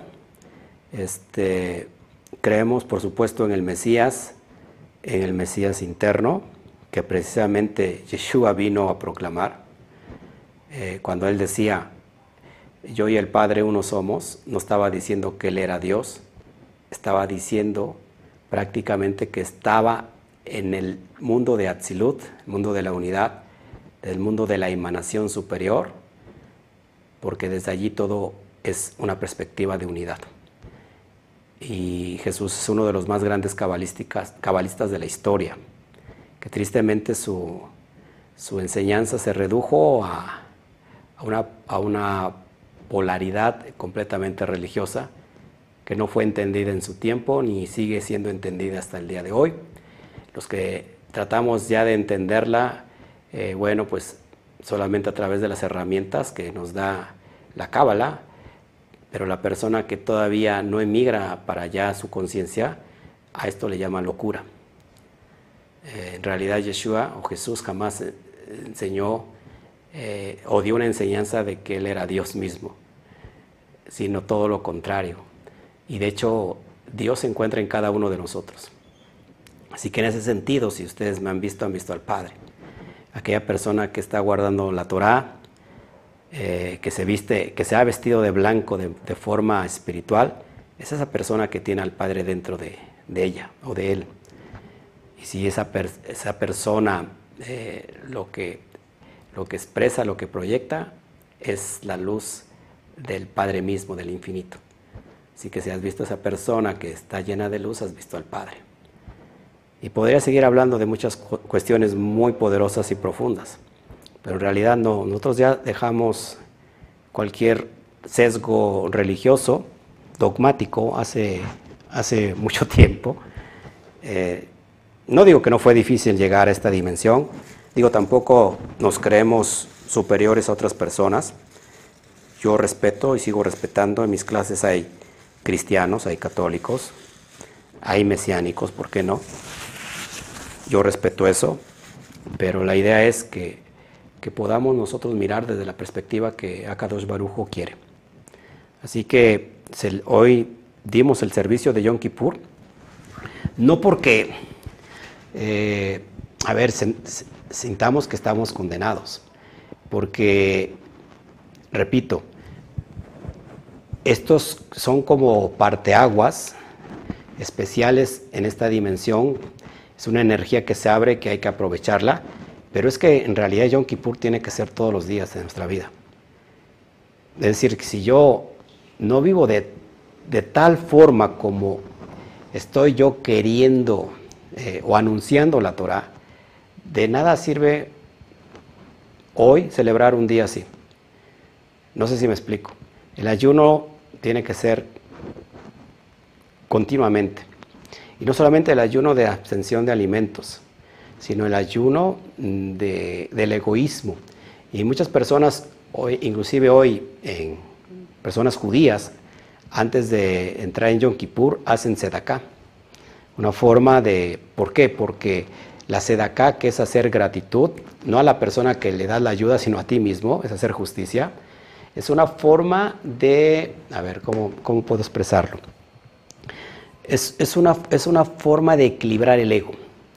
creemos, por supuesto, en el Mesías interno, que precisamente Yeshua vino a proclamar. Cuando él decía, yo y el Padre uno somos, no estaba diciendo que él era Dios, estaba diciendo prácticamente que estaba en el mundo de Atzilut, el mundo de la unidad, el mundo de la emanación superior, porque desde allí todo es una perspectiva de unidad. Y Jesús es uno de los más grandes cabalistas de la historia, que tristemente su enseñanza se redujo a una polaridad completamente religiosa, que no fue entendida en su tiempo ni sigue siendo entendida hasta el día de hoy. Los que tratamos ya de entenderla, pues solamente a través de las herramientas que nos da la Cábala, pero la persona que todavía no emigra para allá su conciencia, a esto le llama locura. En realidad Yeshua o Jesús jamás enseñó o dio una enseñanza de que Él era Dios mismo, sino todo lo contrario. Y de hecho, Dios se encuentra en cada uno de nosotros. Así que en ese sentido, si ustedes me han visto al Padre. Aquella persona que está guardando la Torá, que se ha vestido de blanco de forma espiritual, es esa persona que tiene al Padre dentro de ella o de él. Y si esa persona lo que expresa, lo que proyecta, es la luz del Padre mismo, del infinito. Así que si has visto a esa persona que está llena de luz, has visto al Padre. Y podría seguir hablando de muchas cuestiones muy poderosas y profundas, pero en realidad no. Nosotros ya dejamos cualquier sesgo religioso, dogmático, hace mucho tiempo. No digo que no fue difícil llegar a esta dimensión, digo tampoco nos creemos superiores a otras personas. Yo respeto y sigo respetando. En mis clases hay cristianos, hay católicos, hay mesiánicos, ¿por qué no? Yo respeto eso, pero la idea es que podamos nosotros mirar desde la perspectiva que Akadosh Baruj Hu quiere. Así que hoy dimos el servicio de Yom Kippur, no porque, sintamos que estamos condenados, porque, repito, estos son como parteaguas especiales en esta dimensión. Es una energía que se abre, que hay que aprovecharla, pero es que en realidad Yom Kippur tiene que ser todos los días de nuestra vida. Es decir, que si yo no vivo de tal forma como estoy yo queriendo o anunciando la Torah, de nada sirve hoy celebrar un día así. No sé si me explico. El ayuno tiene que ser continuamente. Y no solamente el ayuno de abstención de alimentos, sino el ayuno del egoísmo. Y muchas personas, hoy, inclusive hoy, personas judías, antes de entrar en Yom Kippur, hacen sedaká. Una forma de... ¿Por qué? Porque la sedaká, que es hacer gratitud, no a la persona que le das la ayuda, sino a ti mismo, es hacer justicia, es una forma de... A ver, ¿cómo puedo expresarlo? Es una forma de equilibrar el ego.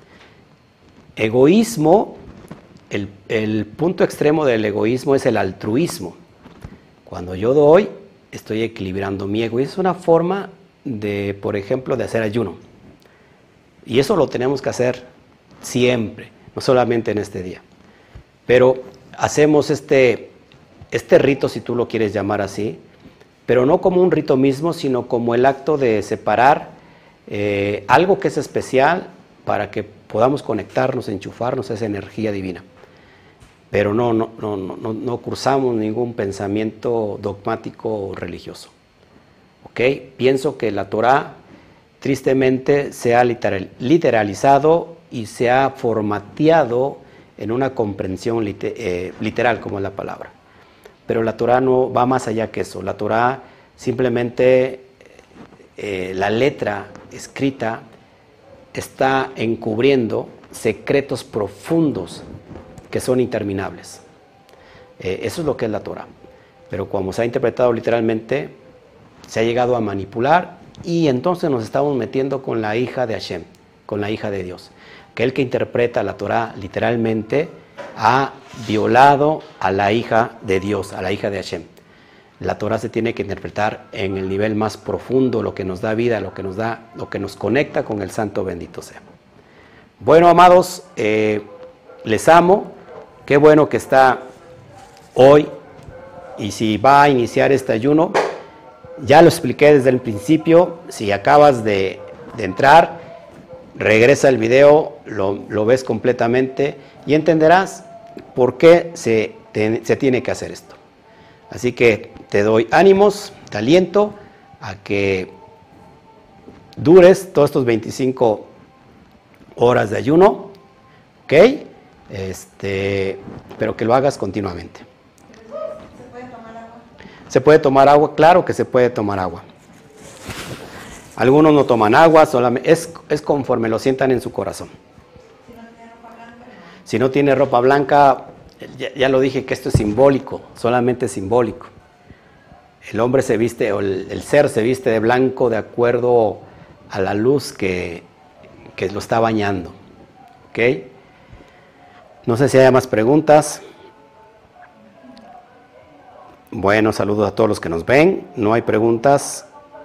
Egoísmo, el punto extremo del egoísmo es el altruismo. Cuando yo doy, estoy equilibrando mi ego. Y es una forma de, por ejemplo, de hacer ayuno. Y eso lo tenemos que hacer siempre, no solamente en este día. Pero hacemos este rito, si tú lo quieres llamar así, pero no como un rito mismo, sino como el acto de separar algo que es especial para que podamos conectarnos, enchufarnos a esa energía divina. Pero no cursamos ningún pensamiento dogmático o religioso. ¿Ok? Pienso que la Torah tristemente se ha literalizado y se ha formateado en una comprensión literal, como es la palabra. Pero la Torah no va más allá que eso. La Torah simplemente, la letra escrita está encubriendo secretos profundos que son interminables. Eso es lo que es la Torah. Pero como se ha interpretado literalmente, se ha llegado a manipular y entonces nos estamos metiendo con la hija de Hashem, con la hija de Dios. Aquel que interpreta la Torah literalmente ha violado a la hija de Dios, a la hija de Hashem. La Torah se tiene que interpretar en el nivel más profundo, lo que nos da vida, lo que nos conecta con el Santo bendito sea. Bueno, amados, les amo. Qué bueno que está hoy. Y si va a iniciar este ayuno, ya lo expliqué desde el principio. Si acabas de entrar, regresa el video, lo ves completamente y entenderás por qué se tiene que hacer esto. Así que te doy ánimos, te aliento a que dures todos estos 25 horas de ayuno, ¿ok? Pero que lo hagas continuamente. ¿Se puede tomar agua? ¿Se puede tomar agua? Claro que se puede tomar agua. Algunos no toman agua, solamente es conforme lo sientan en su corazón. Si no tiene ropa blanca, no. Si no tiene ropa blanca, ya lo dije que esto es simbólico, solamente simbólico. El hombre se viste, o el ser se viste de blanco de acuerdo a la luz que lo está bañando. ¿Ok? No sé si hay más preguntas. Bueno, saludos a todos los que nos ven. No hay preguntas.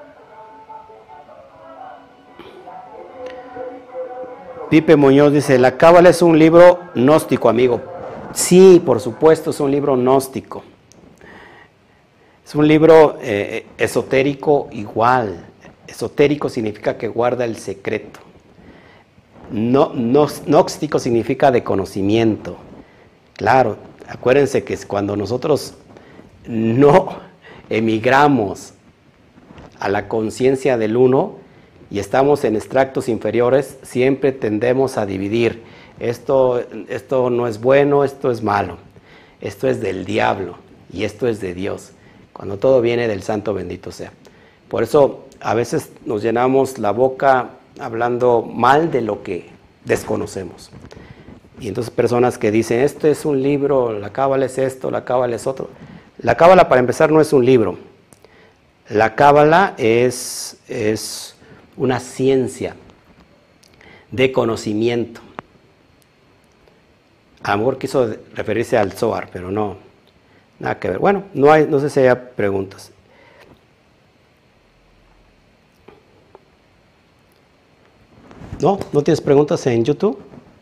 Pipe Muñoz dice, la Cábala es un libro gnóstico, amigo. Sí, por supuesto, es un libro gnóstico. Es un libro esotérico igual. Esotérico significa que guarda el secreto. Gnóstico significa de conocimiento. Claro, acuérdense que cuando nosotros no emigramos a la conciencia del uno y estamos en extractos inferiores, siempre tendemos a dividir. Esto no es bueno, esto es malo. Esto es del diablo y esto es de Dios. Cuando todo viene del santo bendito sea. Por eso a veces nos llenamos la boca hablando mal de lo que desconocemos. Y entonces personas que dicen, este es un libro, la Cábala es esto, la Cábala es otro. La Cábala, para empezar, no es un libro. La Cábala es una ciencia de conocimiento. A lo mejor quiso referirse al Zohar, pero no, nada que ver. Bueno, no sé si haya preguntas. ¿No tienes preguntas en YouTube?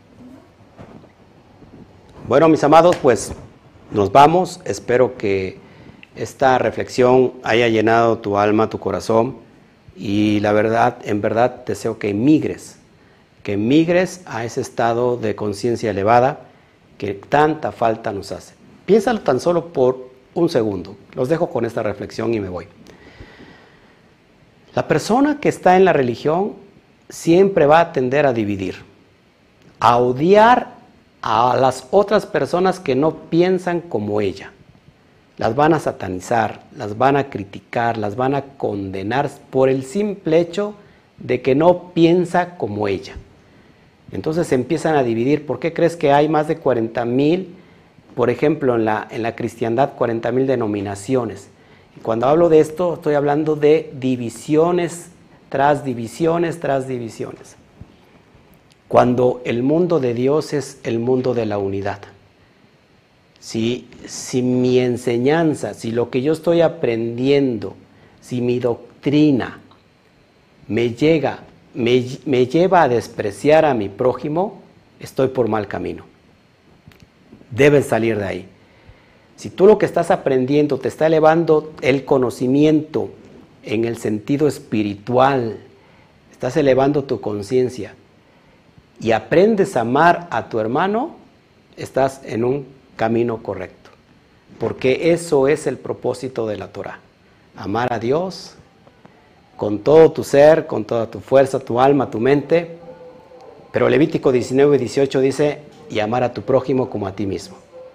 Bueno, mis amados, pues nos vamos. Espero que esta reflexión haya llenado tu alma, tu corazón. Y la verdad, en verdad, deseo que migres a ese estado de conciencia elevada que tanta falta nos hace. Piénsalo tan solo por un segundo. Los dejo con esta reflexión y me voy. La persona que está en la religión siempre va a tender a dividir, a odiar a las otras personas que no piensan como ella. Las van a satanizar, las van a criticar, las van a condenar por el simple hecho de que no piensa como ella. Entonces se empiezan a dividir. ¿Por qué crees que hay más de 40,000, por ejemplo, en la cristiandad, 40,000 denominaciones? Y cuando hablo de esto, estoy hablando de divisiones tras divisiones tras divisiones. Cuando el mundo de Dios es el mundo de la unidad. Si mi enseñanza, si lo que yo estoy aprendiendo, si mi doctrina me lleva a despreciar a mi prójimo, estoy por mal camino. Debes salir de ahí. Si tú lo que estás aprendiendo te está elevando el conocimiento en el sentido espiritual, estás elevando tu conciencia y aprendes a amar a tu hermano, estás en un camino correcto. Porque eso es el propósito de la Torah. Amar a Dios con todo tu ser, con toda tu fuerza, tu alma, tu mente. Pero Levítico 19:18 dice, y amar a tu prójimo como a ti mismo.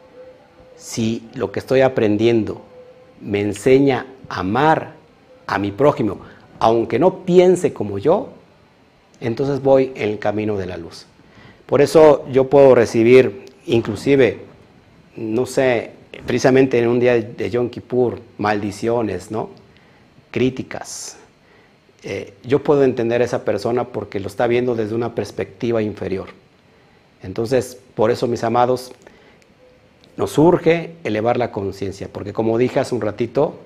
Si lo que estoy aprendiendo me enseña a amar a mi prójimo, aunque no piense como yo, entonces voy en el camino de la luz. Por eso yo puedo recibir, inclusive, no sé, precisamente en un día de Yom Kippur, maldiciones, ¿no? Críticas. Yo puedo entender a esa persona porque lo está viendo desde una perspectiva inferior. Entonces, por eso, mis amados, nos urge elevar la conciencia, porque como dije hace un ratito,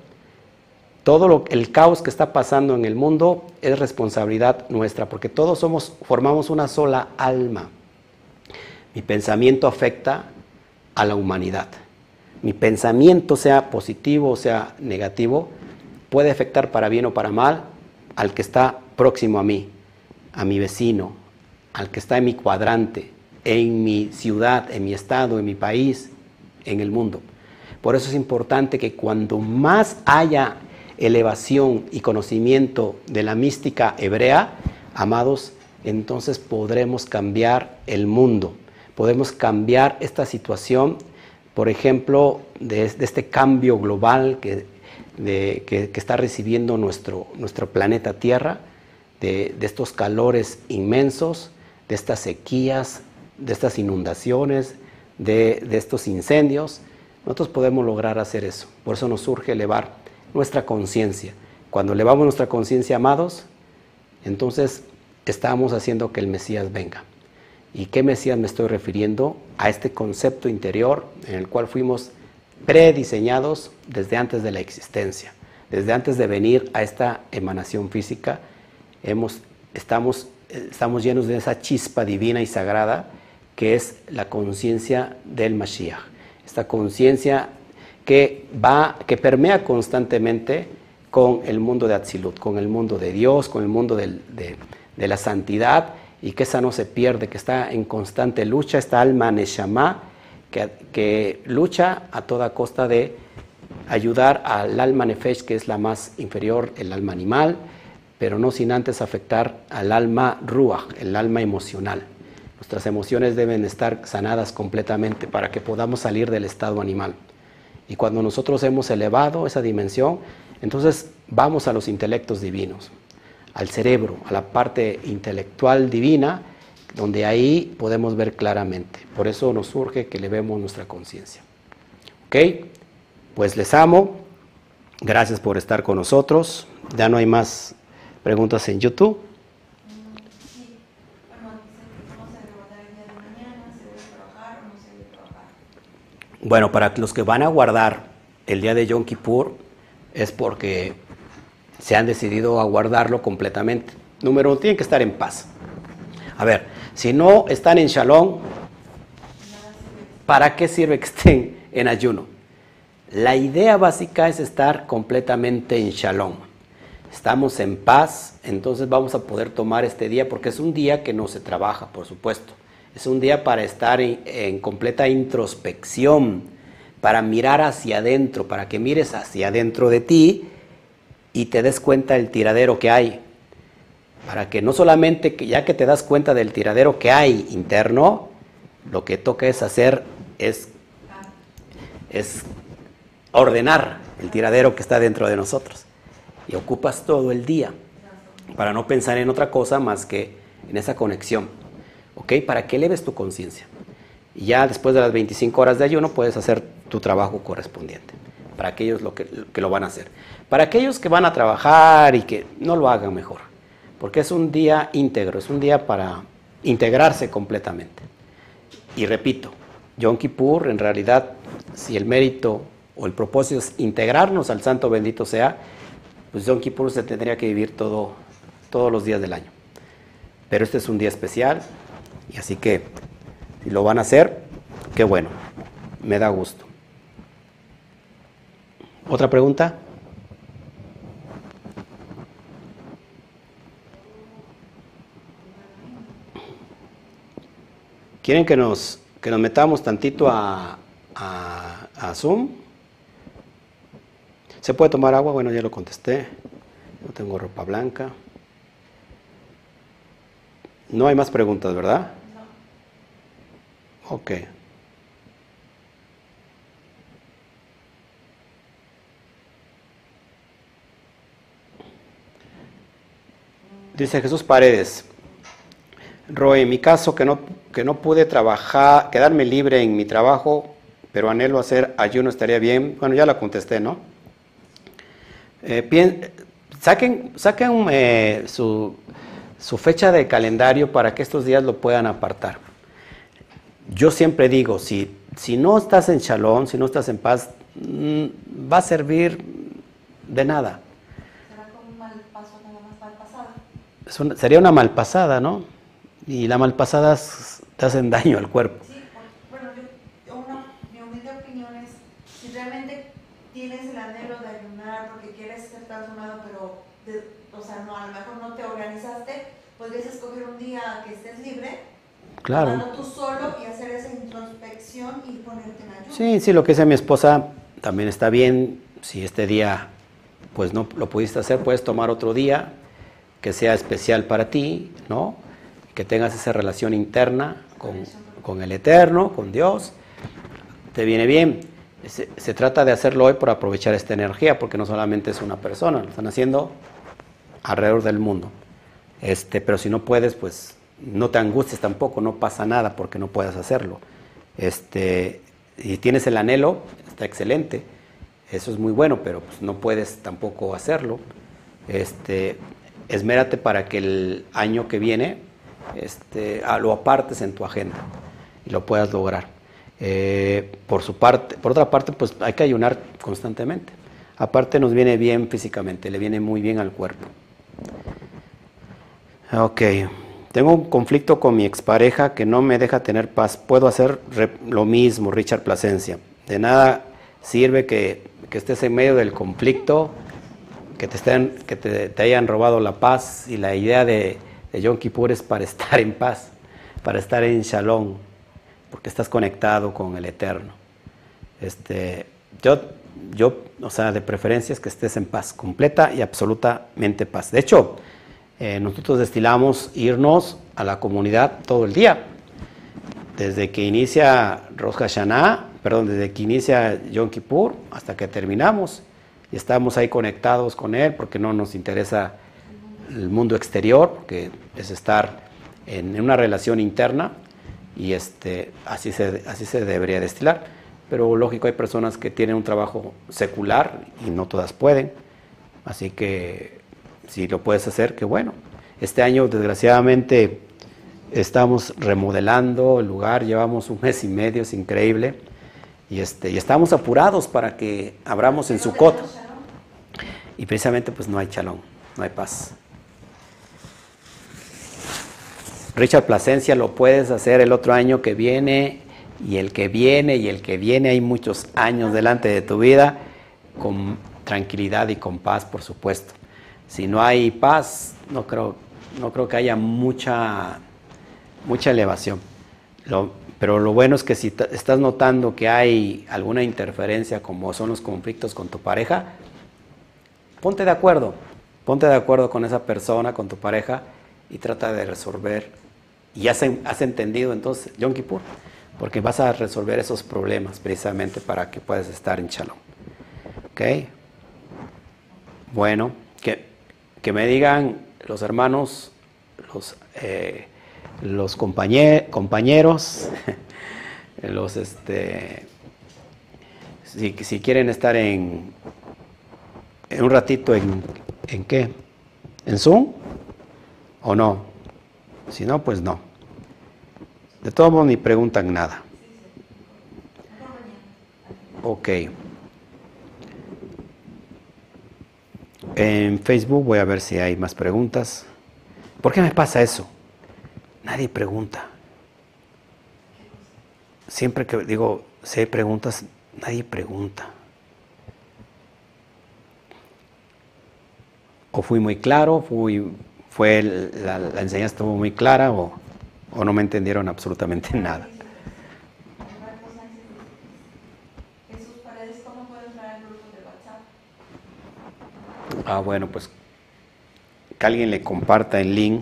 el caos que está pasando en el mundo es responsabilidad nuestra, porque todos formamos una sola alma. Mi pensamiento afecta a la humanidad. Mi pensamiento, sea positivo o sea negativo, puede afectar para bien o para mal al que está próximo a mí, a mi vecino, al que está en mi cuadrante, en mi ciudad, en mi estado, en mi país, en el mundo. Por eso es importante que cuando más haya elevación y conocimiento de la mística hebrea, amados, entonces podremos cambiar el mundo, podemos cambiar esta situación, por ejemplo, de este cambio global que está recibiendo nuestro planeta Tierra, de estos calores inmensos, de estas sequías, de estas inundaciones, de estos incendios. Nosotros podemos lograr hacer eso. Por eso nos urge elevar nuestra conciencia. Cuando elevamos nuestra conciencia, amados, entonces estamos haciendo que el Mesías venga. ¿Y qué Mesías me estoy refiriendo? A este concepto interior en el cual fuimos prediseñados desde antes de la existencia, desde antes de venir a esta emanación física. Estamos llenos de esa chispa divina y sagrada que es la conciencia del Mashiach. Esta conciencia que permea constantemente con el mundo de Atzilut, con el mundo de Dios, con el mundo de la santidad, y que esa no se pierde, que está en constante lucha, esta alma Neshama, que lucha a toda costa de ayudar al alma Nefesh, que es la más inferior, el alma animal, pero no sin antes afectar al alma Ruach, el alma emocional. Nuestras emociones deben estar sanadas completamente para que podamos salir del estado animal. Y cuando nosotros hemos elevado esa dimensión, entonces vamos a los intelectos divinos, al cerebro, a la parte intelectual divina, donde ahí podemos ver claramente. Por eso nos surge que elevemos nuestra conciencia. ¿Ok? Pues les amo. Gracias por estar con nosotros. Ya no hay más preguntas en YouTube. Sí, bueno, ¿cómo se debe guardar el día de mañana? ¿Se debe trabajar o no se debe trabajar? Bueno, para los que van a guardar el día de Yom Kippur, es porque se han decidido a guardarlo completamente. Número uno, tienen que estar en paz. A ver, si no están en Shalom, ¿para qué sirve que estén en ayuno? La idea básica es estar completamente en Shalom. Estamos en paz, entonces vamos a poder tomar este día, porque es un día que no se trabaja, por supuesto. Es un día para estar en completa introspección, para mirar hacia adentro, para que mires hacia adentro de ti y te des cuenta del tiradero que hay. Para que no solamente, ya que te das cuenta del tiradero que hay interno, lo que toca es hacer es ordenar el tiradero que está dentro de nosotros. Y ocupas todo el día para no pensar en otra cosa más que en esa conexión. ¿Ok? Para que eleves tu conciencia. Y ya después de las 25 horas de ayuno puedes hacer tu trabajo correspondiente. Para aquellos que lo van a hacer. Para aquellos que van a trabajar y que no lo hagan mejor. Porque es un día íntegro, es un día para integrarse completamente. Y repito, Yom Kippur, en realidad, si el mérito o el propósito es integrarnos al Santo Bendito sea, pues Yom Kippur se tendría que vivir todos los días del año. Pero este es un día especial, y así que si lo van a hacer, qué bueno, me da gusto. ¿Otra pregunta? ¿Quieren que nos metamos tantito a Zoom? ¿Se puede tomar agua? Bueno, ya lo contesté. No tengo ropa blanca. No hay más preguntas, ¿verdad? No. Ok. Dice Jesús Paredes. Roy, en mi caso que no pude trabajar, quedarme libre en mi trabajo, pero anhelo hacer ayuno, estaría bien. Bueno, ya la contesté, ¿no? Saquen su fecha de calendario para que estos días lo puedan apartar. Yo siempre digo, si no estás en Shalom, si no estás en paz, va a servir de nada. ¿Será como un mal paso, nada más mal pasada? Sería una malpasada, ¿no? Y las malpasadas te hacen daño al cuerpo. Sí, bueno, mi humilde opinión es, si realmente tienes el anhelo de ayunar porque quieres ser transformado, pero, no, a lo mejor no te organizaste, podrías escoger un día que estés libre, claro, tomarlo tú solo y hacer esa introspección y ponerte en ayuno. Sí, lo que dice mi esposa también está bien. Si este día pues no lo pudiste hacer, puedes tomar otro día que sea especial para ti, ¿no? Que tengas esa relación interna con el Eterno, con Dios, te viene bien. Se trata de hacerlo hoy por aprovechar esta energía, porque no solamente es una persona, lo están haciendo alrededor del mundo. Pero si no puedes, pues no te angusties tampoco, no pasa nada porque no puedas hacerlo. Y tienes el anhelo, está excelente, eso es muy bueno, pero pues no puedes tampoco hacerlo. Esmérate para que el año que viene lo apartes en tu agenda y lo puedas lograr. Por otra parte, pues hay que ayunar constantemente. Aparte nos viene bien físicamente, le viene muy bien al cuerpo. Ok, tengo un conflicto con mi expareja que no me deja tener paz. Puedo hacer lo mismo, Richard Plasencia. De nada sirve que estés en medio del conflicto, que te hayan robado la paz, y la idea de Yom Kippur es para estar en paz, para estar en Shalom, porque estás conectado con el Eterno. O sea, de preferencia es que estés en paz, completa y absolutamente paz. De hecho, nosotros destilamos irnos a la comunidad todo el día, desde que inicia Rosh Hashanah, desde que inicia Yom Kippur hasta que terminamos, y estamos ahí conectados con Él, porque no nos interesa el mundo exterior, porque es estar en una relación interna, y así se debería destilar. Pero lógico, hay personas que tienen un trabajo secular y no todas pueden, así que si lo puedes hacer, qué bueno. Este año, desgraciadamente, estamos remodelando el lugar, llevamos un mes y medio, es increíble, y estamos apurados para que abramos en Sukkot. Y precisamente pues no hay shalom, no hay paz. Richard Plasencia, lo puedes hacer el otro año que viene, y el que viene, y el que viene. Hay muchos años delante de tu vida, con tranquilidad y con paz, por supuesto. Si no hay paz, no creo que haya mucha elevación. Pero lo bueno es que si estás notando que hay alguna interferencia, como son los conflictos con tu pareja, ponte de acuerdo con esa persona, con tu pareja, y trata de resolver. Y has entendido entonces Yom Kippur, porque vas a resolver esos problemas precisamente para que puedas estar en Shalom. ¿Ok? Bueno, que me digan los hermanos, los compañeros, si quieren estar en un ratito ¿en qué? ¿En Zoom? ¿O no? Si no, pues no. De todos modos ni preguntan nada. Ok. En Facebook voy a ver si hay más preguntas. ¿Por qué me pasa eso? Nadie pregunta. Siempre que digo, si hay preguntas, nadie pregunta. O fui muy claro, la enseñanza estuvo muy clara, o no me entendieron absolutamente nada. Jesús Paredes, ¿cómo puedo entrar al grupo de WhatsApp? Bueno, pues que alguien le comparta el link.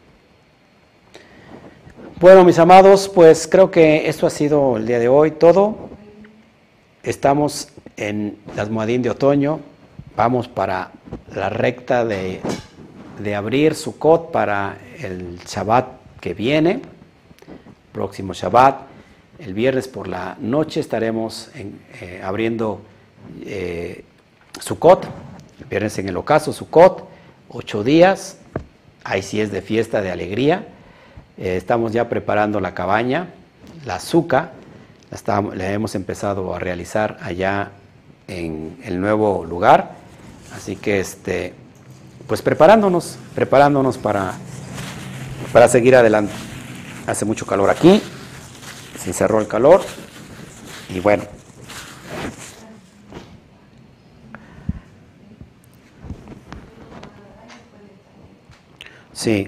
Bueno, mis amados, pues creo que esto ha sido el día de hoy todo. Estamos en las Moadim de otoño. Vamos para la recta de abrir Sukkot para el Shabbat que viene, próximo Shabbat. El viernes por la noche estaremos abriendo Sukkot. El viernes en el ocaso, Sukkot, 8 días. Ahí sí es de fiesta, de alegría. Estamos ya preparando la cabaña, la suca. La hemos empezado a realizar allá en el nuevo lugar. Así que pues preparándonos para seguir adelante. Hace mucho calor aquí, se encerró el calor, y bueno. Sí.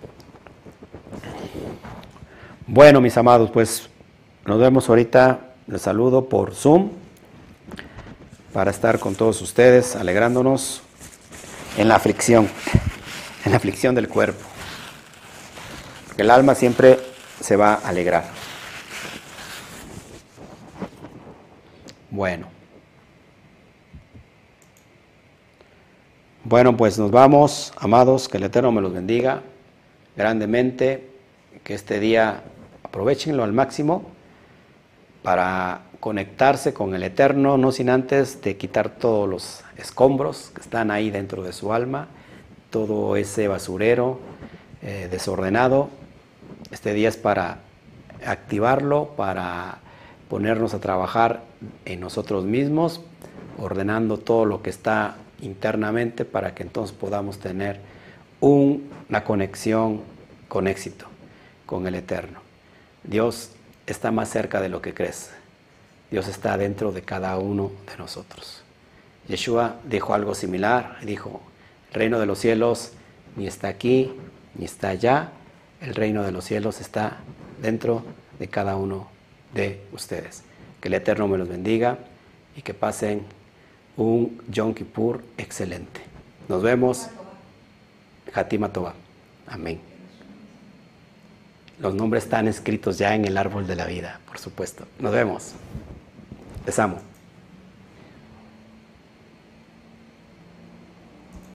Bueno, mis amados, pues nos vemos ahorita. Les saludo por Zoom para estar con todos ustedes, alegrándonos en la aflicción del cuerpo. Porque el alma siempre se va a alegrar. Bueno, pues nos vamos, amados, que el Eterno me los bendiga grandemente, que este día aprovechenlo al máximo para conectarse con el Eterno, no sin antes de quitar todos los escombros que están ahí dentro de su alma, todo ese basurero desordenado. Este día es para activarlo, para ponernos a trabajar en nosotros mismos, ordenando todo lo que está internamente para que entonces podamos tener una conexión con éxito con el Eterno. Dios está más cerca de lo que crees. Dios está dentro de cada uno de nosotros. Yeshua dijo algo similar, dijo, el reino de los cielos ni está aquí, ni está allá, el reino de los cielos está dentro de cada uno de ustedes. Que el Eterno me los bendiga y que pasen un Yom Kippur excelente. Nos vemos. Hatima Tova. Amén. Los nombres están escritos ya en el árbol de la vida, por supuesto. Nos vemos. Les amo.